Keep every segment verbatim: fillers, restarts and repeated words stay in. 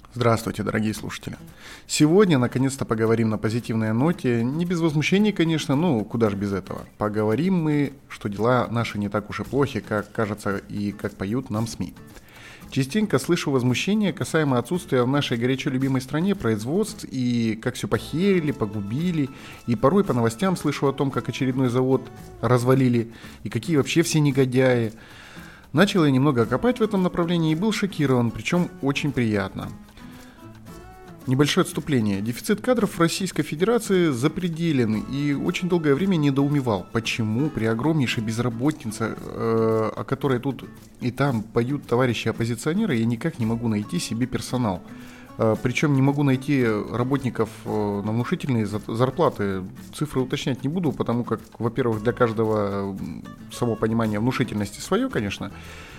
Здравствуйте, дорогие слушатели. Сегодня, наконец-то, поговорим на позитивной ноте. Не без возмущений, конечно, ну, куда ж без этого. Поговорим мы, что дела наши не так уж и плохи, как кажется и как поют нам СМИ. Частенько слышу возмущения касаемо отсутствия в нашей горячо любимой стране производств и как все похерили, погубили. И порой по новостям слышу о том, как очередной завод развалили и какие вообще все негодяи. Начал я немного копать в этом направлении и был шокирован, причем очень приятно. Небольшое отступление. Дефицит кадров в Российской Федерации запределен и очень долгое время недоумевал, почему при огромнейшей безработице, э, о которой тут и там поют товарищи оппозиционеры, я никак не могу найти себе персонал. Э, причем не могу найти работников э, на внушительные зарплаты. Цифры уточнять не буду, потому как, во-первых, для каждого само понимание внушительности свое, конечно,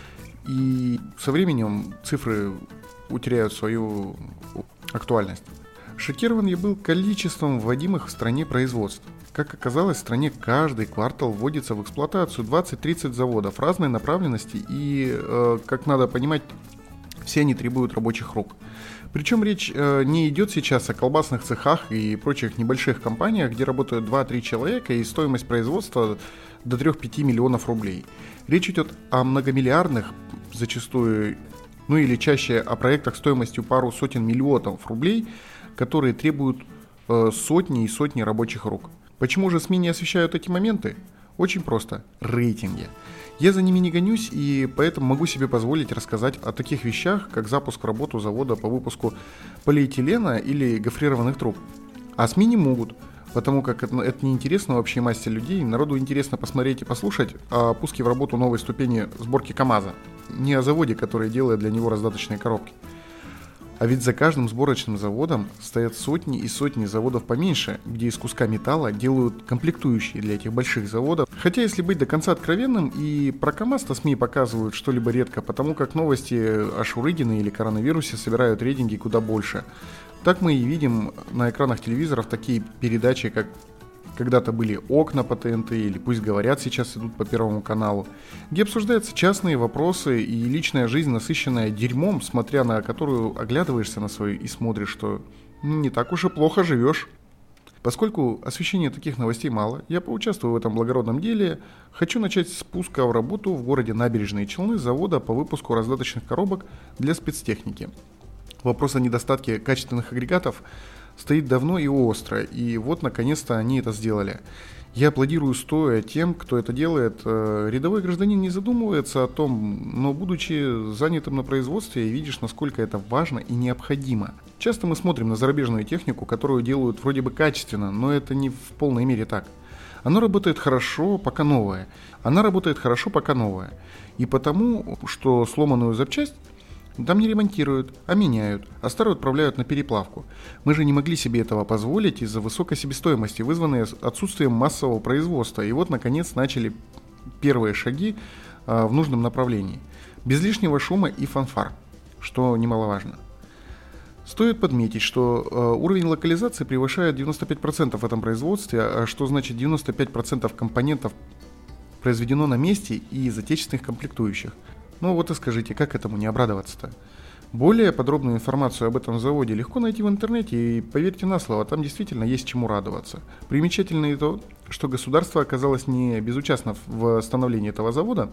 и со временем цифры утеряют свою актуальность. Шокирован я был количеством вводимых в стране производств. Как оказалось, в стране каждый квартал вводится в эксплуатацию двадцать-тридцать заводов разной направленности и, э, как надо понимать, все они требуют рабочих рук. Причем речь э, не идет сейчас о колбасных цехах и прочих небольших компаниях, где работают два-три человека и стоимость производства до три-пять миллионов рублей. Речь идет о многомиллиардных, зачастую, ну или чаще о проектах стоимостью пару сотен миллионов рублей, которые требуют э, сотни и сотни рабочих рук. Почему же СМИ не освещают эти моменты? Очень просто. Рейтинги. Я за ними не гонюсь, и поэтому могу себе позволить рассказать о таких вещах, как запуск в работу завода по выпуску полиэтилена или гофрированных труб. А СМИ не могут, потому как это, это неинтересно вообще массе людей. Народу интересно посмотреть и послушать о пуске в работу новой ступени сборки КАМАЗа. Не о заводе, который делает для него раздаточные коробки. А ведь за каждым сборочным заводом стоят сотни и сотни заводов поменьше, где из куска металла делают комплектующие для этих больших заводов. Хотя, если быть до конца откровенным, и про КАМАЗ-то СМИ показывают что-либо редко, потому как новости о Шурыгине или коронавирусе собирают рейтинги куда больше. Так мы и видим на экранах телевизоров такие передачи, как когда-то были «Окна» по ТНТ или «Пусть говорят», сейчас идут по Первому каналу, где обсуждаются частные вопросы и личная жизнь, насыщенная дерьмом, смотря на которую оглядываешься на свою и смотришь, что не так уж и плохо живешь. Поскольку освещения таких новостей мало, я поучаствую в этом благородном деле. Хочу начать с пуска в работу в городе Набережные Челны завода по выпуску раздаточных коробок для спецтехники. Вопрос о недостатке качественных агрегатов стоит давно и остро, и вот наконец-то они это сделали. Я аплодирую стоя тем, кто это делает. Рядовой гражданин не задумывается о том, но будучи занятым на производстве, видишь, насколько это важно и необходимо. Часто мы смотрим на зарубежную технику, которую делают вроде бы качественно, но это не в полной мере так. Она работает хорошо, пока новая. Она работает хорошо, пока новая. И потому, что сломанную запчасть там не ремонтируют, а меняют, а старую отправляют на переплавку. Мы же не могли себе этого позволить из-за высокой себестоимости, вызванной отсутствием массового производства. И вот, наконец, начали первые шаги а, в нужном направлении. Без лишнего шума и фанфар, что немаловажно. Стоит подметить, что а, уровень локализации превышает девяносто пять процентов в этом производстве, а что значит девяносто пять процентов компонентов произведено на месте и из отечественных комплектующих. Ну вот и скажите, как этому не обрадоваться-то? Более подробную информацию об этом заводе легко найти в интернете, и поверьте на слово, там действительно есть чему радоваться. Примечательно и то, что государство оказалось не безучастно в становлении этого завода.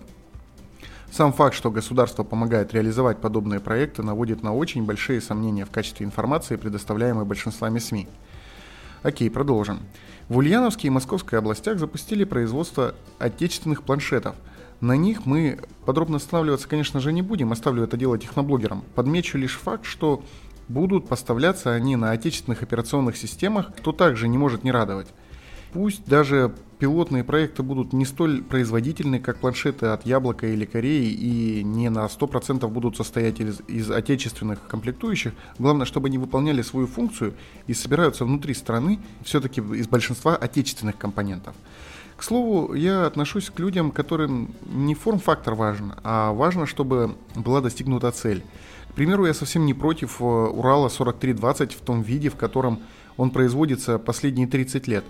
Сам факт, что государство помогает реализовать подобные проекты, наводит на очень большие сомнения в качестве информации, предоставляемой большинствами СМИ. Окей, продолжим. В Ульяновске и Московской областях запустили производство отечественных планшетов. На них мы подробно останавливаться, конечно же, не будем, оставлю это дело техноблогерам. Подмечу лишь факт, что будут поставляться они на отечественных операционных системах, что также не может не радовать. Пусть даже пилотные проекты будут не столь производительны, как планшеты от Яблока или Кореи, и не на сто процентов будут состоять из, из отечественных комплектующих, главное, чтобы они выполняли свою функцию и собираются внутри страны все-таки из большинства отечественных компонентов. К слову, я отношусь к людям, которым не форм-фактор важен, а важно, чтобы была достигнута цель. К примеру, я совсем не против Урала сорок три двадцать в том виде, в котором он производится последние тридцать лет.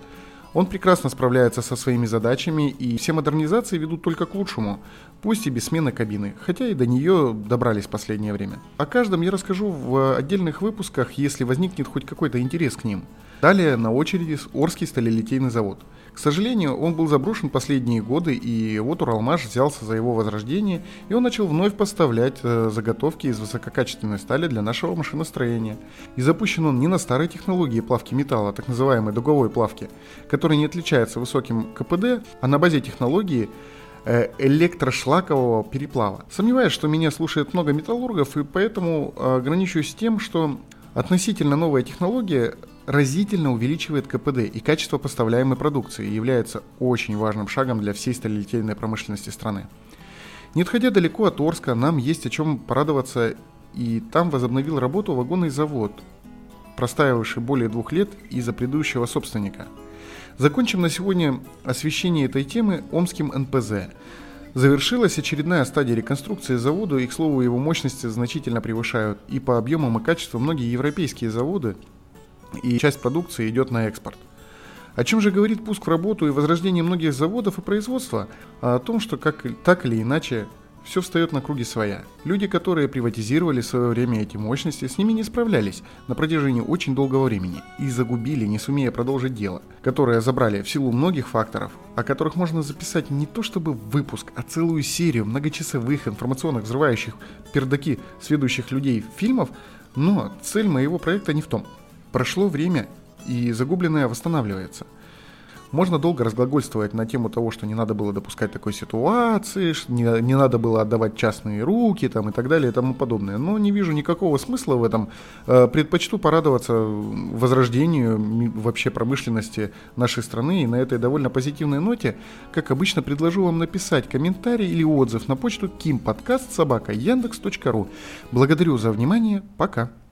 Он прекрасно справляется со своими задачами, и все модернизации ведут только к лучшему, пусть и без смены кабины, хотя и до нее добрались в последнее время. О каждом я расскажу в отдельных выпусках, если возникнет хоть какой-то интерес к ним. Далее на очереди Орский сталелитейный завод. К сожалению, он был заброшен последние годы, и вот Уралмаш взялся за его возрождение, и он начал вновь поставлять э, заготовки из высококачественной стали для нашего машиностроения. И запущен он не на старой технологии плавки металла, так называемой дуговой плавки, которая не отличается высоким ка пэ дэ, а на базе технологии э, электрошлакового переплава. Сомневаюсь, что меня слушает много металлургов, и поэтому ограничусь тем, что относительно новая технология разительно увеличивает ка пэ дэ, и качество поставляемой продукции является очень важным шагом для всей сталелитейной промышленности страны. Не отходя далеко от Орска, нам есть о чем порадоваться, и там возобновил работу вагонный завод, простаивавший более двух лет из-за предыдущего собственника. Закончим на сегодня освещение этой темы омским эн пэ зэ. Завершилась очередная стадия реконструкции завода, и, к слову, его мощности значительно превышают и по объемам и качеству многие европейские заводы, и часть продукции идет на экспорт. О чем же говорит пуск в работу и возрождение многих заводов и производства? А о том, что как, так или иначе все встает на круги своя. Люди, которые приватизировали в свое время эти мощности, с ними не справлялись на протяжении очень долгого времени и загубили, не сумея продолжить дело, которое забрали в силу многих факторов, о которых можно записать не то чтобы выпуск, а целую серию многочасовых информационных взрывающих пердаки сведущих людей фильмов, но цель моего проекта не в том. Прошло время, и загубленное восстанавливается. Можно долго разглагольствовать на тему того, что не надо было допускать такой ситуации, не, не надо было отдавать частные руки там, и так далее и тому подобное. Но не вижу никакого смысла в этом. Предпочту порадоваться возрождению вообще промышленности нашей страны. И на этой довольно позитивной ноте, как обычно, предложу вам написать комментарий или отзыв на почту ким подкаст собака яндекс точка ру. Благодарю за внимание. Пока.